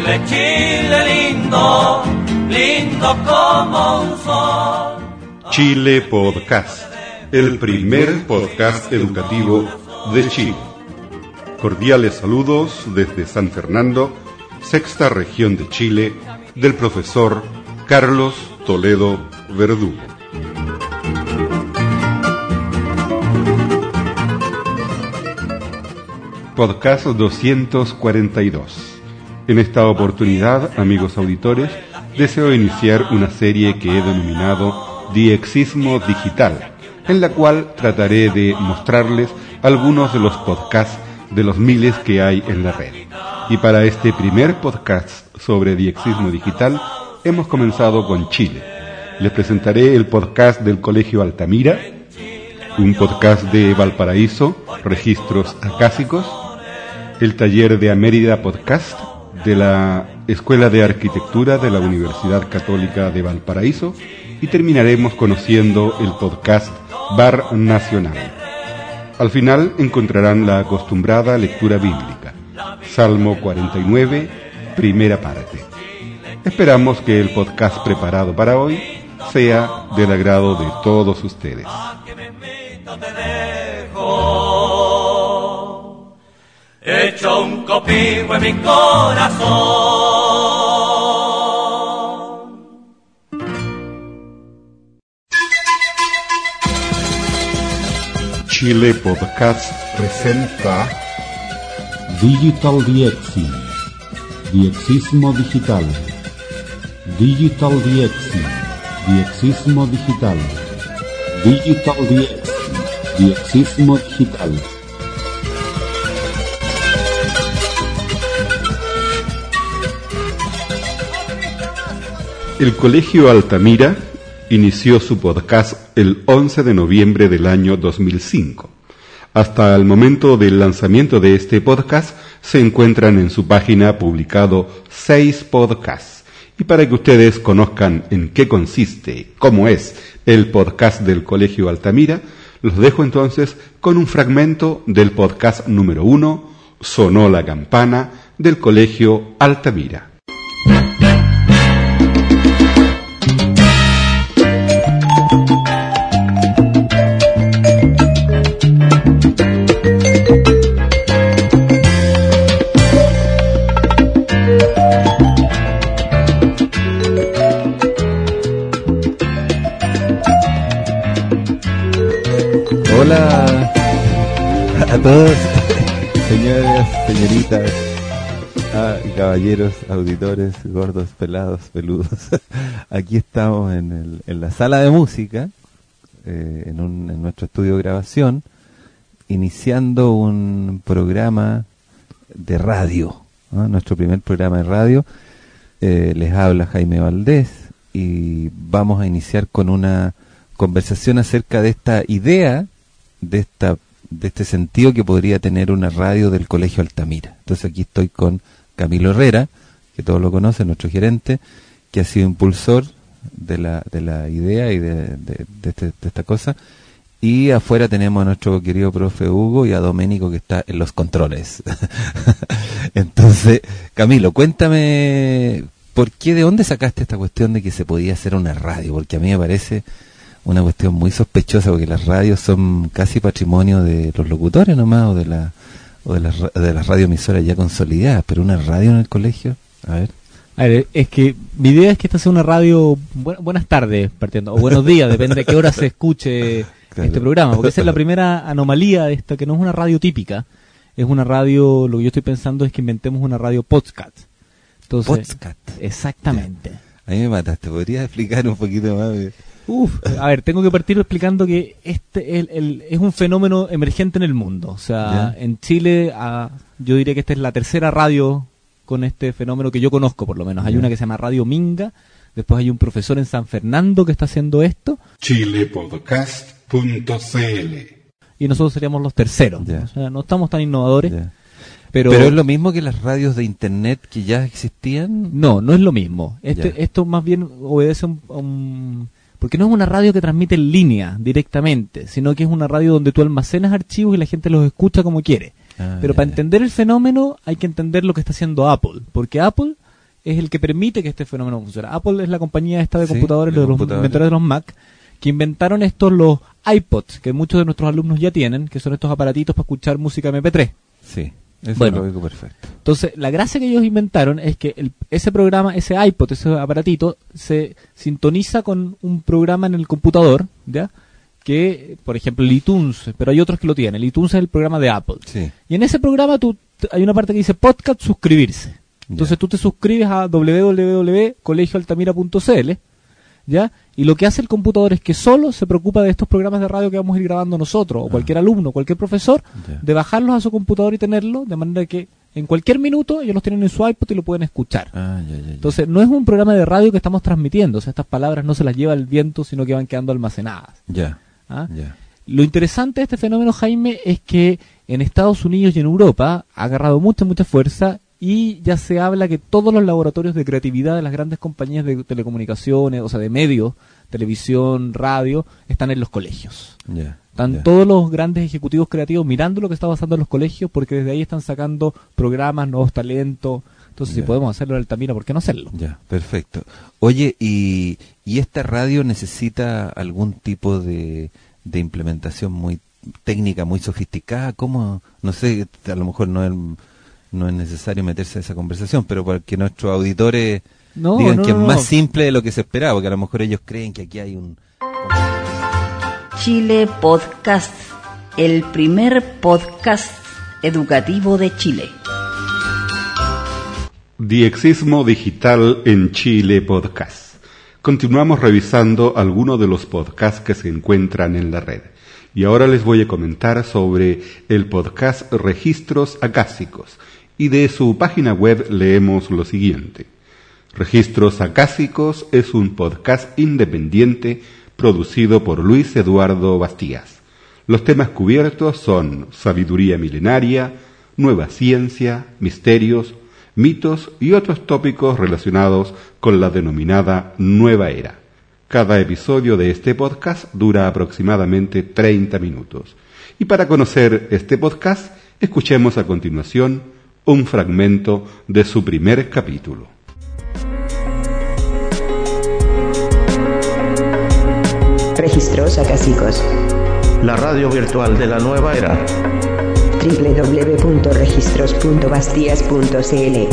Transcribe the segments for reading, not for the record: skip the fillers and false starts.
Chile, Chile lindo, lindo como un sol. Chile Podcast, el primer podcast educativo de Chile. Cordiales saludos desde San Fernando, sexta región de Chile, del profesor Carlos Toledo Verdugo. Podcast 242. En esta oportunidad, amigos auditores, deseo iniciar una serie que he denominado Diexismo Digital, en la cual trataré de mostrarles algunos de los podcasts de los miles que hay en la red. Y para este primer podcast sobre diexismo digital, hemos comenzado con Chile. Les presentaré el podcast del Colegio Altamira, un podcast de Valparaíso, Registros Acásicos, el taller de Amérida Podcast de la Escuela de Arquitectura de la Universidad Católica de Valparaíso, y terminaremos conociendo el podcast Bar Nacional. Al final encontrarán la acostumbrada lectura bíblica, Salmo 49, primera parte. Esperamos que el podcast preparado para hoy sea del agrado de todos ustedes. Hecho un copivo en mi corazón. Chile Podcast presenta Digital Diexing, Diexismo Digital. Digital Diexing, Diexismo Digital. Digital Diexing, Diexismo Digital. El Colegio Altamira inició su podcast el 11 de noviembre del año 2005. Hasta el momento del lanzamiento de este podcast se encuentran en su página publicado 6 podcasts. Y para que ustedes conozcan en qué consiste, cómo es el podcast del Colegio Altamira, los dejo entonces con un fragmento del podcast número 1, Sonó la campana, del Colegio Altamira. Hola a todos, señores, señoritas, caballeros, auditores, gordos, pelados, peludos. Aquí estamos en la sala de música, en nuestro estudio de grabación, iniciando un programa de radio, ¿no? Nuestro primer programa de radio. Les habla Jaime Valdés y vamos a iniciar con una conversación acerca de esta idea, de este sentido que podría tener una radio del Colegio Altamira. Entonces aquí estoy con Camilo Herrera, que todos lo conocen, nuestro gerente, que ha sido impulsor de la idea y de esta cosa. Y afuera tenemos a nuestro querido profe Hugo y a Doménico, que está en los controles. Entonces, Camilo, cuéntame, ¿de dónde sacaste esta cuestión de que se podía hacer una radio? Porque a mí me parece una cuestión muy sospechosa, porque las radios son casi patrimonio de los locutores nomás, o de las radioemisoras ya consolidadas, pero una radio en el colegio, a ver, es que mi idea es que esta sea una radio, buenas tardes, partiendo, o buenos días, depende de qué hora se escuche este programa, porque esa es la primera anomalía de esta, que no es una radio típica, es una radio, lo que yo estoy pensando es que inventemos una radio podcast. Entonces, podcast. Exactamente. A mí me mataste, ¿podrías explicar un poquito más? A ver, tengo que partir explicando que es un fenómeno emergente en el mundo. O sea, en Chile, yo diría que esta es la tercera radio con este fenómeno que yo conozco, por lo menos. Hay una que se llama Radio Minga, después hay un profesor en San Fernando que está haciendo esto. chilepodcast.cl. Y nosotros seríamos los terceros. O sea, no estamos tan innovadores. Pero es lo mismo que las radios de internet que ya existían. No, no es lo mismo. Esto más bien obedece a un porque no es una radio que transmite en línea directamente, sino que es una radio donde tú almacenas archivos y la gente los escucha como quiere. Pero para entender el fenómeno hay que entender lo que está haciendo Apple, porque Apple es el que permite que este fenómeno funcione. Apple es la compañía esta de Sí, computadores, de los computadores. inventores de los Mac, que inventaron los iPods, que muchos de nuestros alumnos ya tienen, que son estos aparatitos para escuchar música MP3. Sí, eso Bueno. lo digo perfecto. Entonces, la gracia que ellos inventaron es que ese programa, ese iPod, ese aparatito, se sintoniza con un programa en el computador, ¿ya? Que, por ejemplo, el iTunes, pero hay otros que lo tienen. El iTunes es el programa de Apple. Sí. Y en ese programa hay una parte que dice podcast, suscribirse. Entonces tú te suscribes a www.colegioaltamira.cl, ¿ya? Y lo que hace el computador es que solo se preocupa de estos programas de radio que vamos a ir grabando nosotros, o cualquier alumno, cualquier profesor, Ya. de bajarlos a su computador y tenerlo, de manera que en cualquier minuto ellos los tienen en su iPod y lo pueden escuchar. Ya. Entonces, no es un programa de radio que estamos transmitiendo, o sea, estas palabras no se las lleva el viento, sino que van quedando almacenadas. Ya. ¿Ah? Ya. Lo interesante de este fenómeno, Jaime, es que en Estados Unidos y en Europa ha agarrado mucha fuerza y ya se habla que todos los laboratorios de creatividad de las grandes compañías de telecomunicaciones, o sea, de medios, televisión, radio, están en los colegios. Ya. Están ya. todos los grandes ejecutivos creativos mirando lo que está pasando en los colegios, porque desde ahí están sacando programas, nuevos talentos. Entonces, si Ya. podemos hacerlo en Altamira, ¿por qué no hacerlo? Ya, perfecto. Oye, ¿y esta radio necesita algún tipo de implementación muy técnica, muy sofisticada? ¿Cómo? No sé, a lo mejor no es necesario meterse a esa conversación, pero para que nuestros auditores digan que es más simple de lo que se esperaba, porque a lo mejor ellos creen que aquí hay un... Chile Podcast, el primer podcast educativo de Chile. Diexismo Digital en Chile Podcast. Continuamos revisando algunos de los podcasts que se encuentran en la red. Y ahora les voy a comentar sobre el podcast Registros Acásicos. Y de su página web leemos lo siguiente. Registros Acásicos es un podcast independiente producido por Luis Eduardo Bastías. Los temas cubiertos son sabiduría milenaria, nueva ciencia, misterios, mitos y otros tópicos relacionados con la denominada Nueva Era. Cada episodio de este podcast dura aproximadamente 30 minutos. Y para conocer este podcast, escuchemos a continuación un fragmento de su primer capítulo. Registros Acásicos. La radio virtual de la nueva era. www.registros.bastías.cl.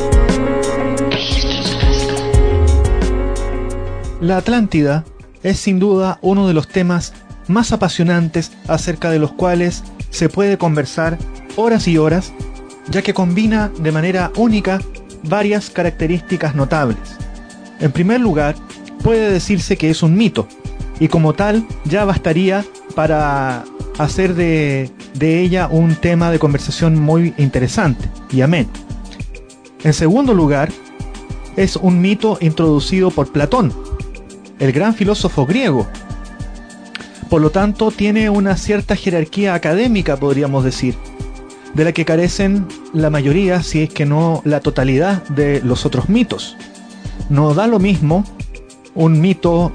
La Atlántida es sin duda uno de los temas más apasionantes acerca de los cuales se puede conversar horas y horas, ya que combina de manera única varias características notables. En primer lugar, puede decirse que es un mito, y como tal ya bastaría para hacer de ella un tema de conversación muy interesante y ameno. En segundo lugar, es un mito introducido por Platón, el gran filósofo griego. Por lo tanto, tiene una cierta jerarquía académica, podríamos decir, de la que carecen la mayoría, si es que no la totalidad, de los otros mitos. No da lo mismo un mito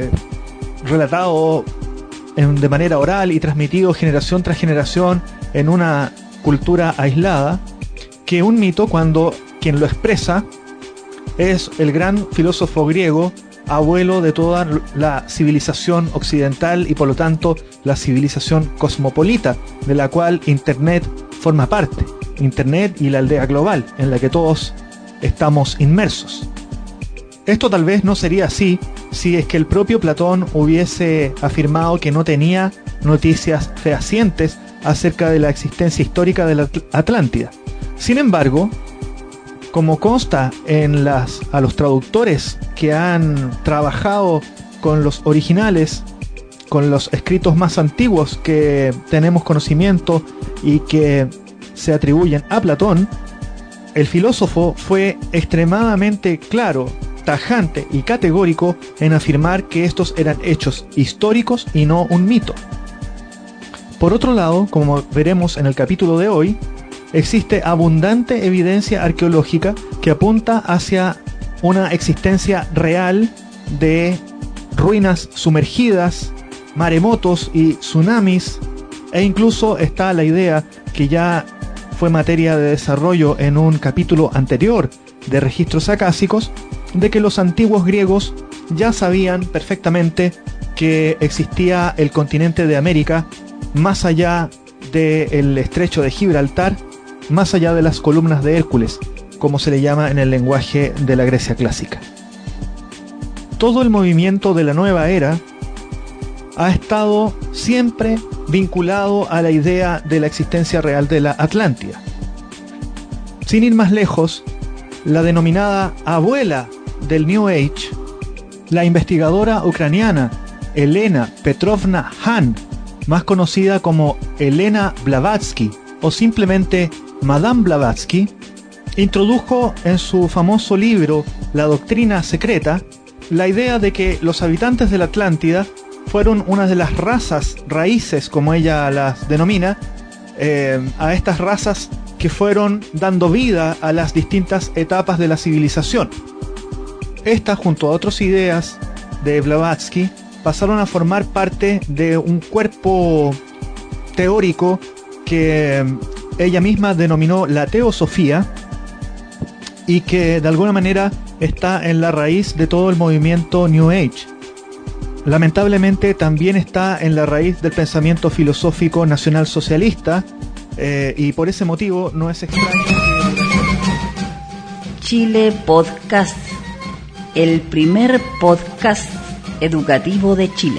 relatado de manera oral y transmitido generación tras generación en una cultura aislada, que un mito cuando quien lo expresa es el gran filósofo griego, abuelo de toda la civilización occidental y por lo tanto la civilización cosmopolita, de la cual Internet forma parte. Internet y la aldea global, en la que todos estamos inmersos. Esto tal vez no sería así si es que el propio Platón hubiese afirmado que no tenía noticias fehacientes acerca de la existencia histórica de la Atlántida. Sin embargo, como consta a los traductores que han trabajado con los originales, con los escritos más antiguos que tenemos conocimiento y que se atribuyen a Platón, el filósofo fue extremadamente claro, tajante y categórico en afirmar que estos eran hechos históricos y no un mito. Por otro lado, como veremos en el capítulo de hoy, existe abundante evidencia arqueológica que apunta hacia una existencia real de ruinas sumergidas, maremotos y tsunamis, e incluso está la idea que ya fue materia de desarrollo en un capítulo anterior, de registros acásicos de que los antiguos griegos ya sabían perfectamente que existía el continente de América más allá del estrecho de Gibraltar, más allá de las columnas de Hércules, como se le llama en el lenguaje de la Grecia clásica. Todo el movimiento de la nueva era ha estado siempre vinculado a la idea de la existencia real de la Atlántida. Sin ir más lejos, la denominada abuela del New Age, la investigadora ucraniana Elena Petrovna Han, más conocida como Elena Blavatsky o simplemente Madame Blavatsky, introdujo en su famoso libro La Doctrina Secreta la idea de que los habitantes de la Atlántida fueron una de las razas raíces, como ella las denomina, a estas razas que fueron dando vida a las distintas etapas de la civilización. Estas, junto a otras ideas de Blavatsky, pasaron a formar parte de un cuerpo teórico que ella misma denominó la teosofía y que de alguna manera está en la raíz de todo el movimiento New Age. Lamentablemente también está en la raíz del pensamiento filosófico nacionalsocialista, y por ese motivo no es extraño que... Chile Podcast, el primer podcast educativo de Chile.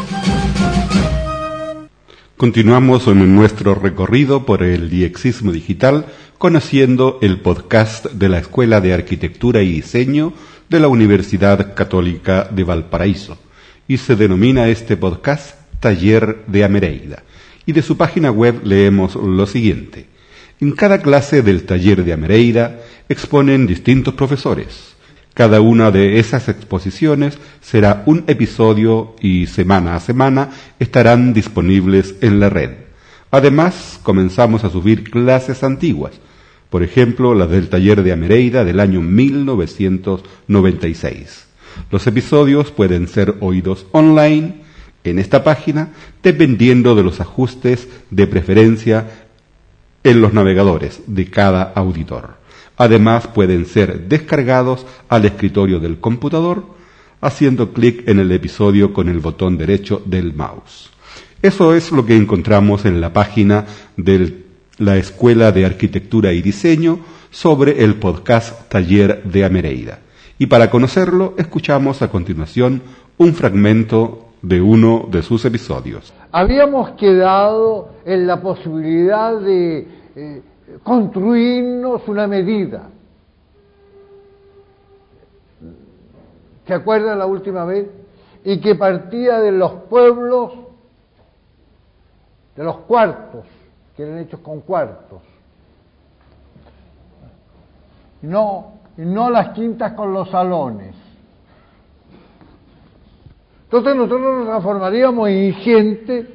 Continuamos en nuestro recorrido por el diexismo digital, conociendo el podcast de la Escuela de Arquitectura y Diseño de la Universidad Católica de Valparaíso, y se denomina este podcast Taller de Amereida. Y de su página web leemos lo siguiente: en cada clase del Taller de Amereida exponen distintos profesores. Cada una de esas exposiciones será un episodio y semana a semana estarán disponibles en la red. Además, comenzamos a subir clases antiguas, por ejemplo, las del Taller de Amereida del año 1996. Los episodios pueden ser oídos online en esta página, dependiendo de los ajustes de preferencia en los navegadores de cada auditor. Además, pueden ser descargados al escritorio del computador, haciendo clic en el episodio con el botón derecho del mouse. Eso es lo que encontramos en la página de la Escuela de Arquitectura y Diseño sobre el podcast Taller de Amereida. Y para conocerlo, escuchamos a continuación un fragmento de uno de sus episodios. Habíamos quedado en la posibilidad de construirnos una medida. ¿Se acuerdan la última vez? Y que partía de los pueblos, de los cuartos, que eran hechos con cuartos. Y no las quintas con los salones. Entonces nosotros nos transformaríamos en gente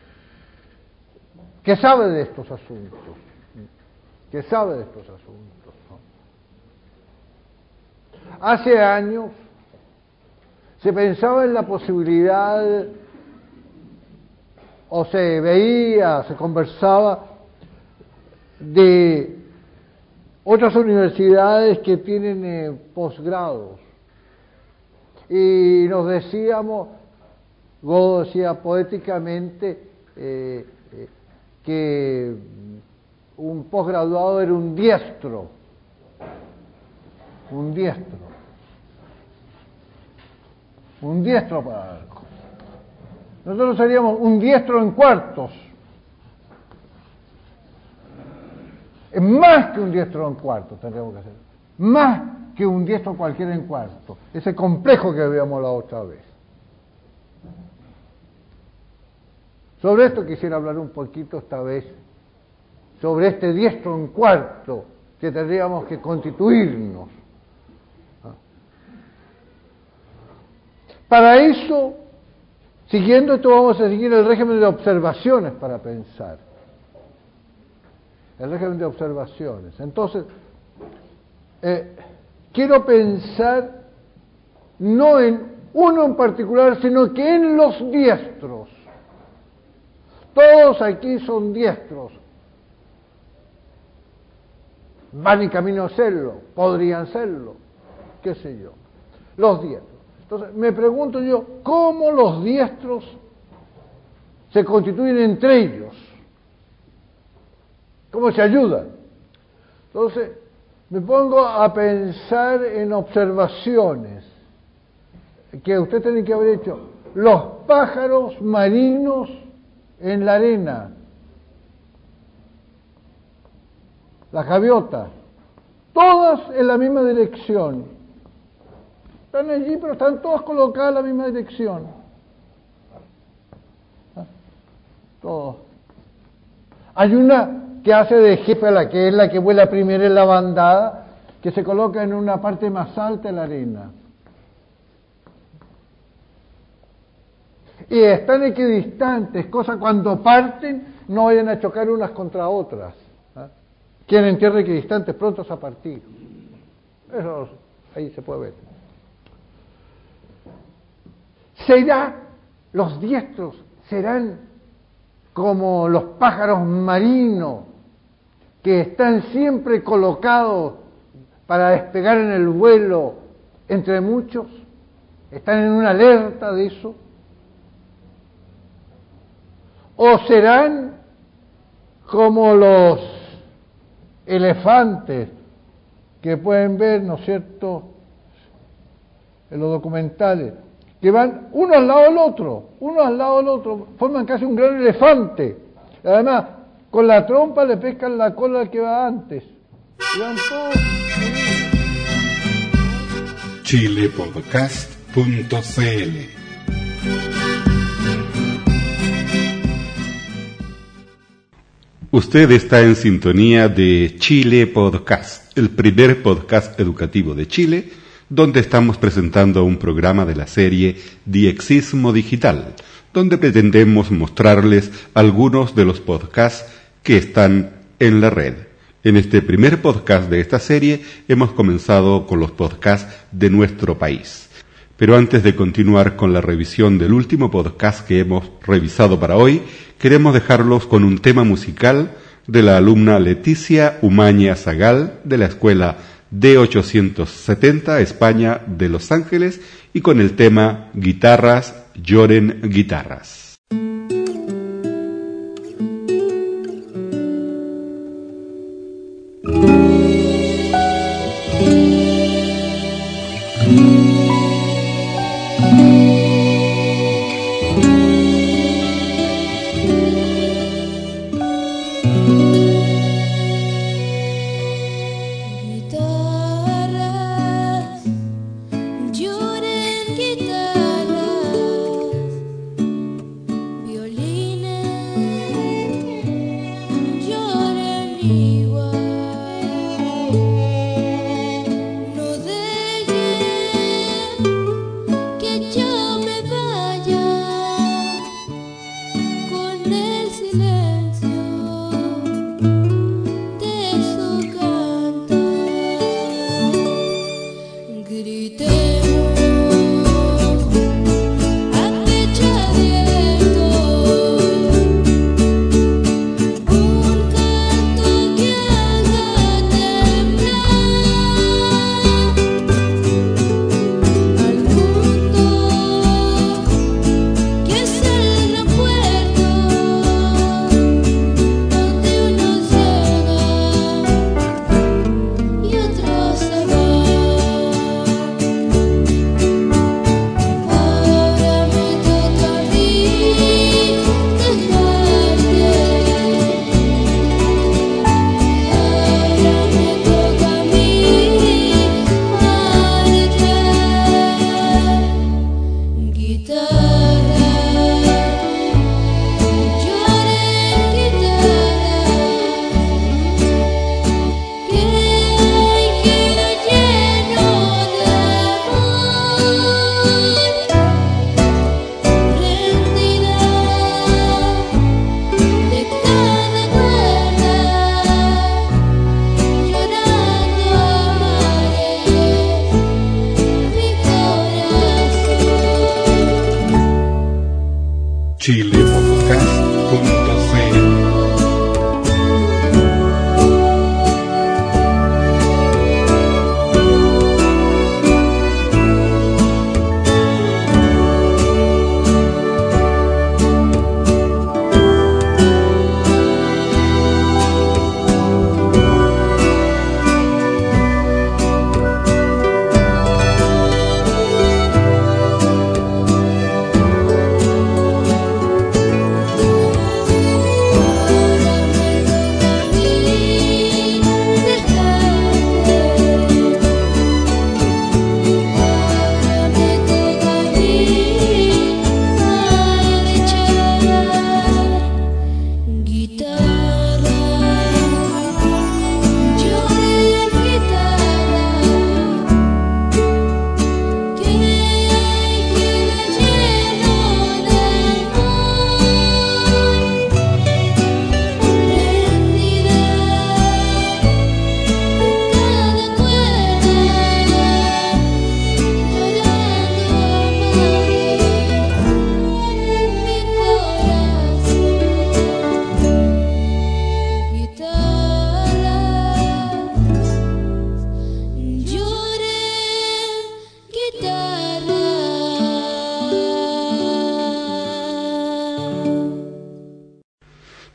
que sabe de estos asuntos. ¿No? Hace años se pensaba en la posibilidad, o se veía, se conversaba de otras universidades que tienen posgrados, y nos decíamos, Godó decía poéticamente que un posgraduado era un diestro para algo. Nosotros seríamos un diestro en cuartos. Es más que un diestro en cuartos tendríamos que hacer. Más que un diestro cualquiera en cuartos. Ese complejo que veíamos la otra vez. Sobre esto quisiera hablar un poquito esta vez. Sobre este diestro en cuarto que tendríamos que constituirnos. Para eso, siguiendo esto, vamos a seguir el régimen de observaciones para pensar. El régimen de observaciones. Entonces, quiero pensar no en uno en particular, sino que en los diestros. Todos aquí son diestros. van en camino a serlo, podrían serlo, qué sé yo. Los diestros. Entonces, me pregunto yo, ¿cómo los diestros se constituyen entre ellos? ¿Cómo se ayudan? Entonces, me pongo a pensar en observaciones que usted tiene que haber hecho. Los pájaros marinos en la arena, las gaviotas, todas en la misma dirección. Están allí, pero están todas colocadas en la misma dirección. Todos. Hay una que hace de jefe, la que es la que vuela primero en la bandada, que se coloca en una parte más alta de la arena. Y están equidistantes, cosa cuando parten no vayan a chocar unas contra otras. Quieren tierra equidistantes prontos a partir. Eso ahí se puede ver. Los diestros serán como los pájaros marinos que están siempre colocados para despegar en el vuelo entre muchos, están en una alerta de eso, o serán como los elefantes que pueden ver, ¿no es cierto?, en los documentales, que van uno al lado del otro, forman casi un gran elefante. Además, con la trompa le pescan la cola al que va antes. Y van todos unidos. chilepodcast.cl. Usted está en sintonía de Chile Podcast, el primer podcast educativo de Chile, donde estamos presentando un programa de la serie Diexismo Digital, donde pretendemos mostrarles algunos de los podcasts que están en la red. En este primer podcast de esta serie hemos comenzado con los podcasts de nuestro país. Pero antes de continuar con la revisión del último podcast que hemos revisado para hoy, queremos dejarlos con un tema musical de la alumna Leticia Umaña Zagal de la Escuela D870 España de Los Ángeles y con el tema Guitarras, lloren guitarras.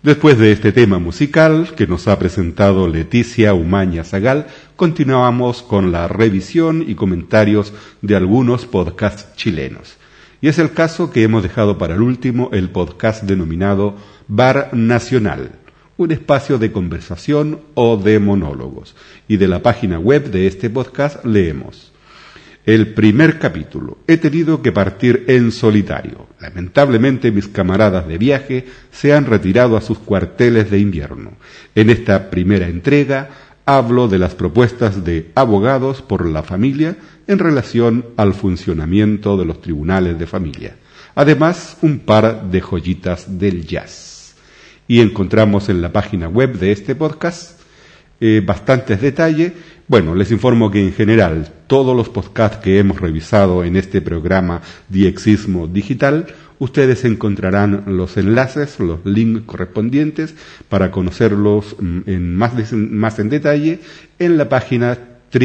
Después de este tema musical que nos ha presentado Leticia Umaña Zagal, continuamos con la revisión y comentarios de algunos podcasts chilenos. Y es el caso que hemos dejado para el último, el podcast denominado Bar Nacional, un espacio de conversación o de monólogos. Y de la página web de este podcast leemos: el primer capítulo. He tenido que partir en solitario. Lamentablemente mis camaradas de viaje se han retirado a sus cuarteles de invierno. En esta primera entrega hablo de las propuestas de Abogados por la Familia en relación al funcionamiento de los tribunales de familia. Además, un par de joyitas del jazz. Y encontramos en la página web de este podcast bastantes detalles. Bueno, les informo que en general todos los podcasts que hemos revisado en este programa Diexismo Digital, ustedes encontrarán los enlaces, los links correspondientes para conocerlos más en detalle en la página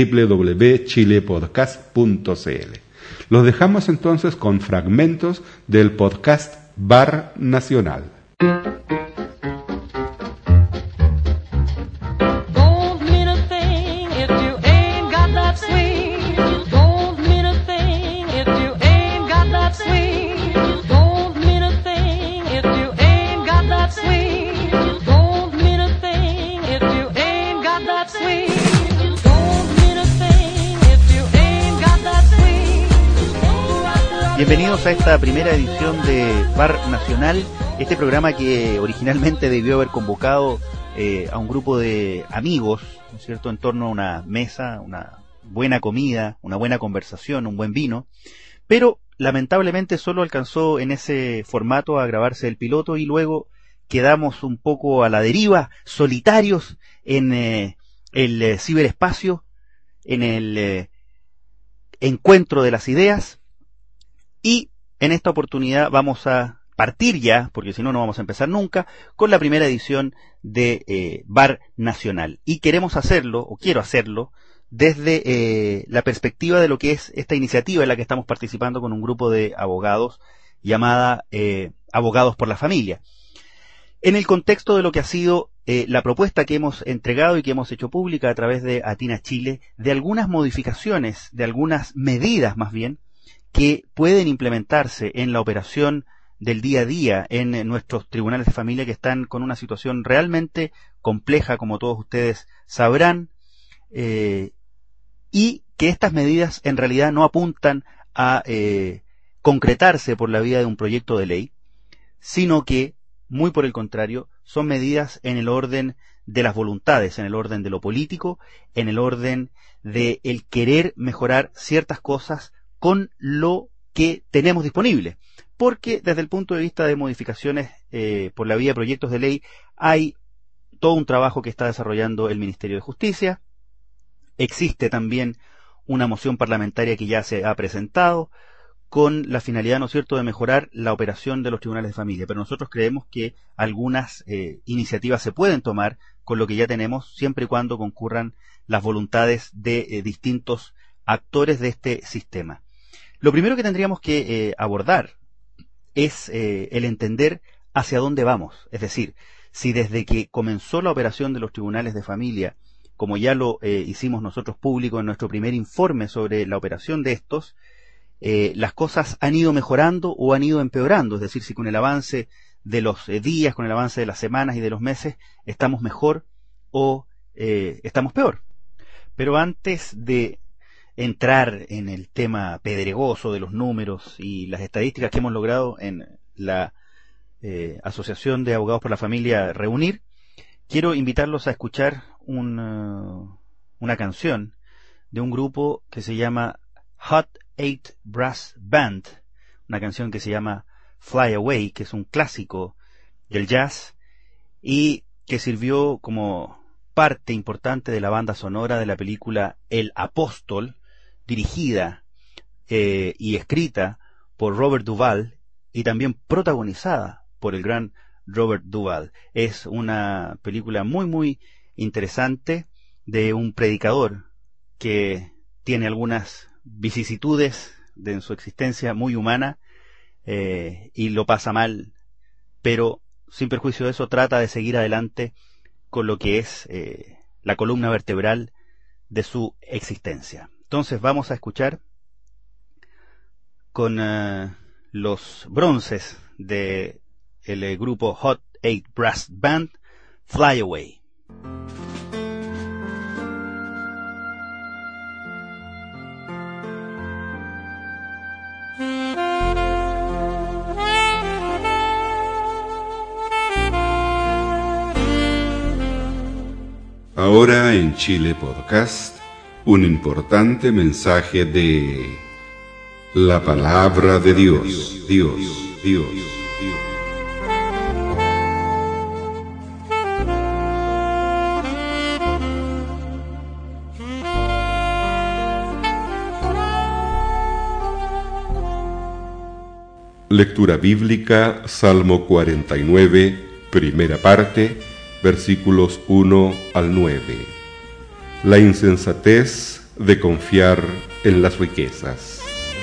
www.chilepodcast.cl. Los dejamos entonces con fragmentos del podcast Bar Nacional. Bienvenidos a esta primera edición de Bar Nacional, este programa que originalmente debió haber convocado a un grupo de amigos, ¿no es cierto?, en torno a una mesa, una buena comida, una buena conversación, un buen vino, pero lamentablemente solo alcanzó en ese formato a grabarse el piloto y luego quedamos un poco a la deriva, solitarios en el ciberespacio, en el encuentro de las ideas. Y en esta oportunidad vamos a partir ya, porque si no, no vamos a empezar nunca, con la primera edición de Bar Nacional. Y queremos hacerlo, o quiero hacerlo, desde la perspectiva de lo que es esta iniciativa en la que estamos participando con un grupo de abogados llamada Abogados por la Familia. En el contexto de lo que ha sido la propuesta que hemos entregado y que hemos hecho pública a través de Atina Chile, de algunas modificaciones, de algunas medidas más bien, que pueden implementarse en la operación del día a día en nuestros tribunales de familia, que están con una situación realmente compleja, como todos ustedes sabrán, y que estas medidas en realidad no apuntan a concretarse por la vía de un proyecto de ley, sino que, muy por el contrario, son medidas en el orden de las voluntades, en el orden de lo político, en el orden de el querer mejorar ciertas cosas con lo que tenemos disponible, porque desde el punto de vista de modificaciones por la vía de proyectos de ley hay todo un trabajo que está desarrollando el Ministerio de Justicia. Existe también una moción parlamentaria que ya se ha presentado con la finalidad, ¿no es cierto?, de mejorar la operación de los tribunales de familia, pero nosotros creemos que algunas iniciativas se pueden tomar con lo que ya tenemos, siempre y cuando concurran las voluntades de distintos actores de este sistema. Lo primero que tendríamos que abordar es el entender hacia dónde vamos. Es decir, si desde que comenzó la operación de los tribunales de familia, como ya lo hicimos nosotros público en nuestro primer informe sobre la operación de estos, las cosas han ido mejorando o han ido empeorando. Es decir, si con el avance de los días, con el avance de las semanas y de los meses, estamos mejor o estamos peor. Pero antes de entrar en el tema pedregoso de los números y las estadísticas que hemos logrado en la Asociación de Abogados por la Familia reunir, quiero invitarlos a escuchar una canción de un grupo que se llama Hot 8 Brass Band, una canción que se llama Fly Away, que es un clásico del jazz y que sirvió como parte importante de la banda sonora de la película El Apóstol, dirigida y escrita por Robert Duvall y también protagonizada por el gran Robert Duvall. Es una película muy muy interesante de un predicador que tiene algunas vicisitudes en su existencia muy humana y lo pasa mal, pero sin perjuicio de eso, trata de seguir adelante con lo que es la columna vertebral de su existencia. Entonces vamos a escuchar con los bronces de el grupo Hot 8 Brass Band, Fly Away. Ahora en Chile Podcast, un importante mensaje de la palabra de Dios. Lectura bíblica, Salmo 49, primera parte, versículos 1 al 9. La insensatez de confiar en las riquezas.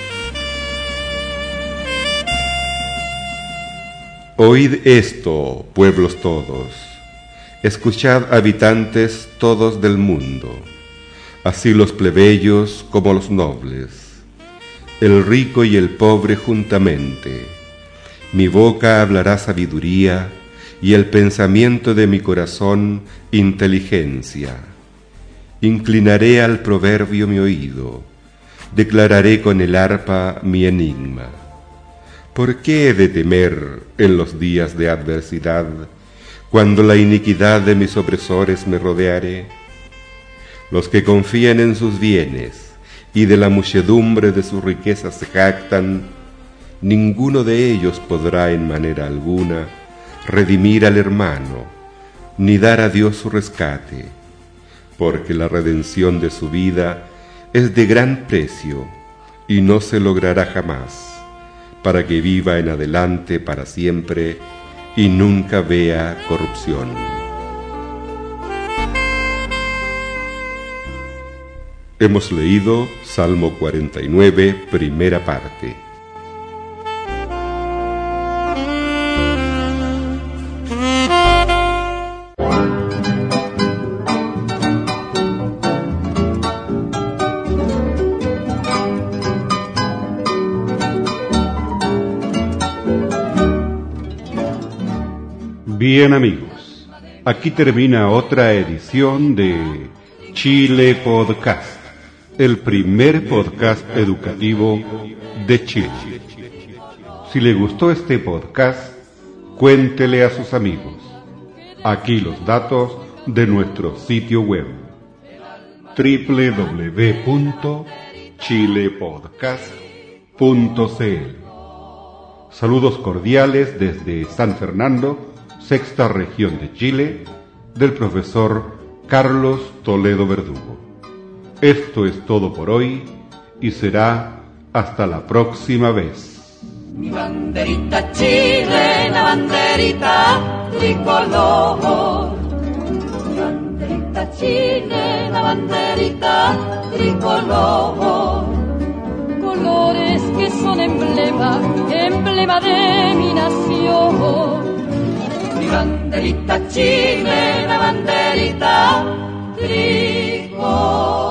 Oíd esto, pueblos todos, escuchad, habitantes todos del mundo, así los plebeyos como los nobles, el rico y el pobre juntamente. Mi boca hablará sabiduría, y el pensamiento de mi corazón inteligencia. Inclinaré al proverbio mi oído, declararé con el arpa mi enigma. ¿Por qué he de temer en los días de adversidad, cuando la iniquidad de mis opresores me rodeare? Los que confían en sus bienes y de la muchedumbre de sus riquezas se jactan, ninguno de ellos podrá en manera alguna redimir al hermano, ni dar a Dios su rescate, porque la redención de su vida es de gran precio y no se logrará jamás, para que viva en adelante para siempre y nunca vea corrupción. Hemos leído Salmo 49, primera parte. Bien, amigos, aquí termina otra edición de Chile Podcast, el primer podcast educativo de Chile. Si le gustó este podcast, cuéntele a sus amigos. Aquí los datos de nuestro sitio web: www.chilepodcast.cl. Saludos cordiales desde San Fernando, sexta región de Chile, del profesor Carlos Toledo Verdugo. Esto es todo por hoy y será hasta la próxima vez. Mi banderita chilena, banderita tricolor. Mi banderita chilena, banderita tricolor. Colores que son emblema, emblema de mi nación. Mi banderita chilena, banderita tricolor.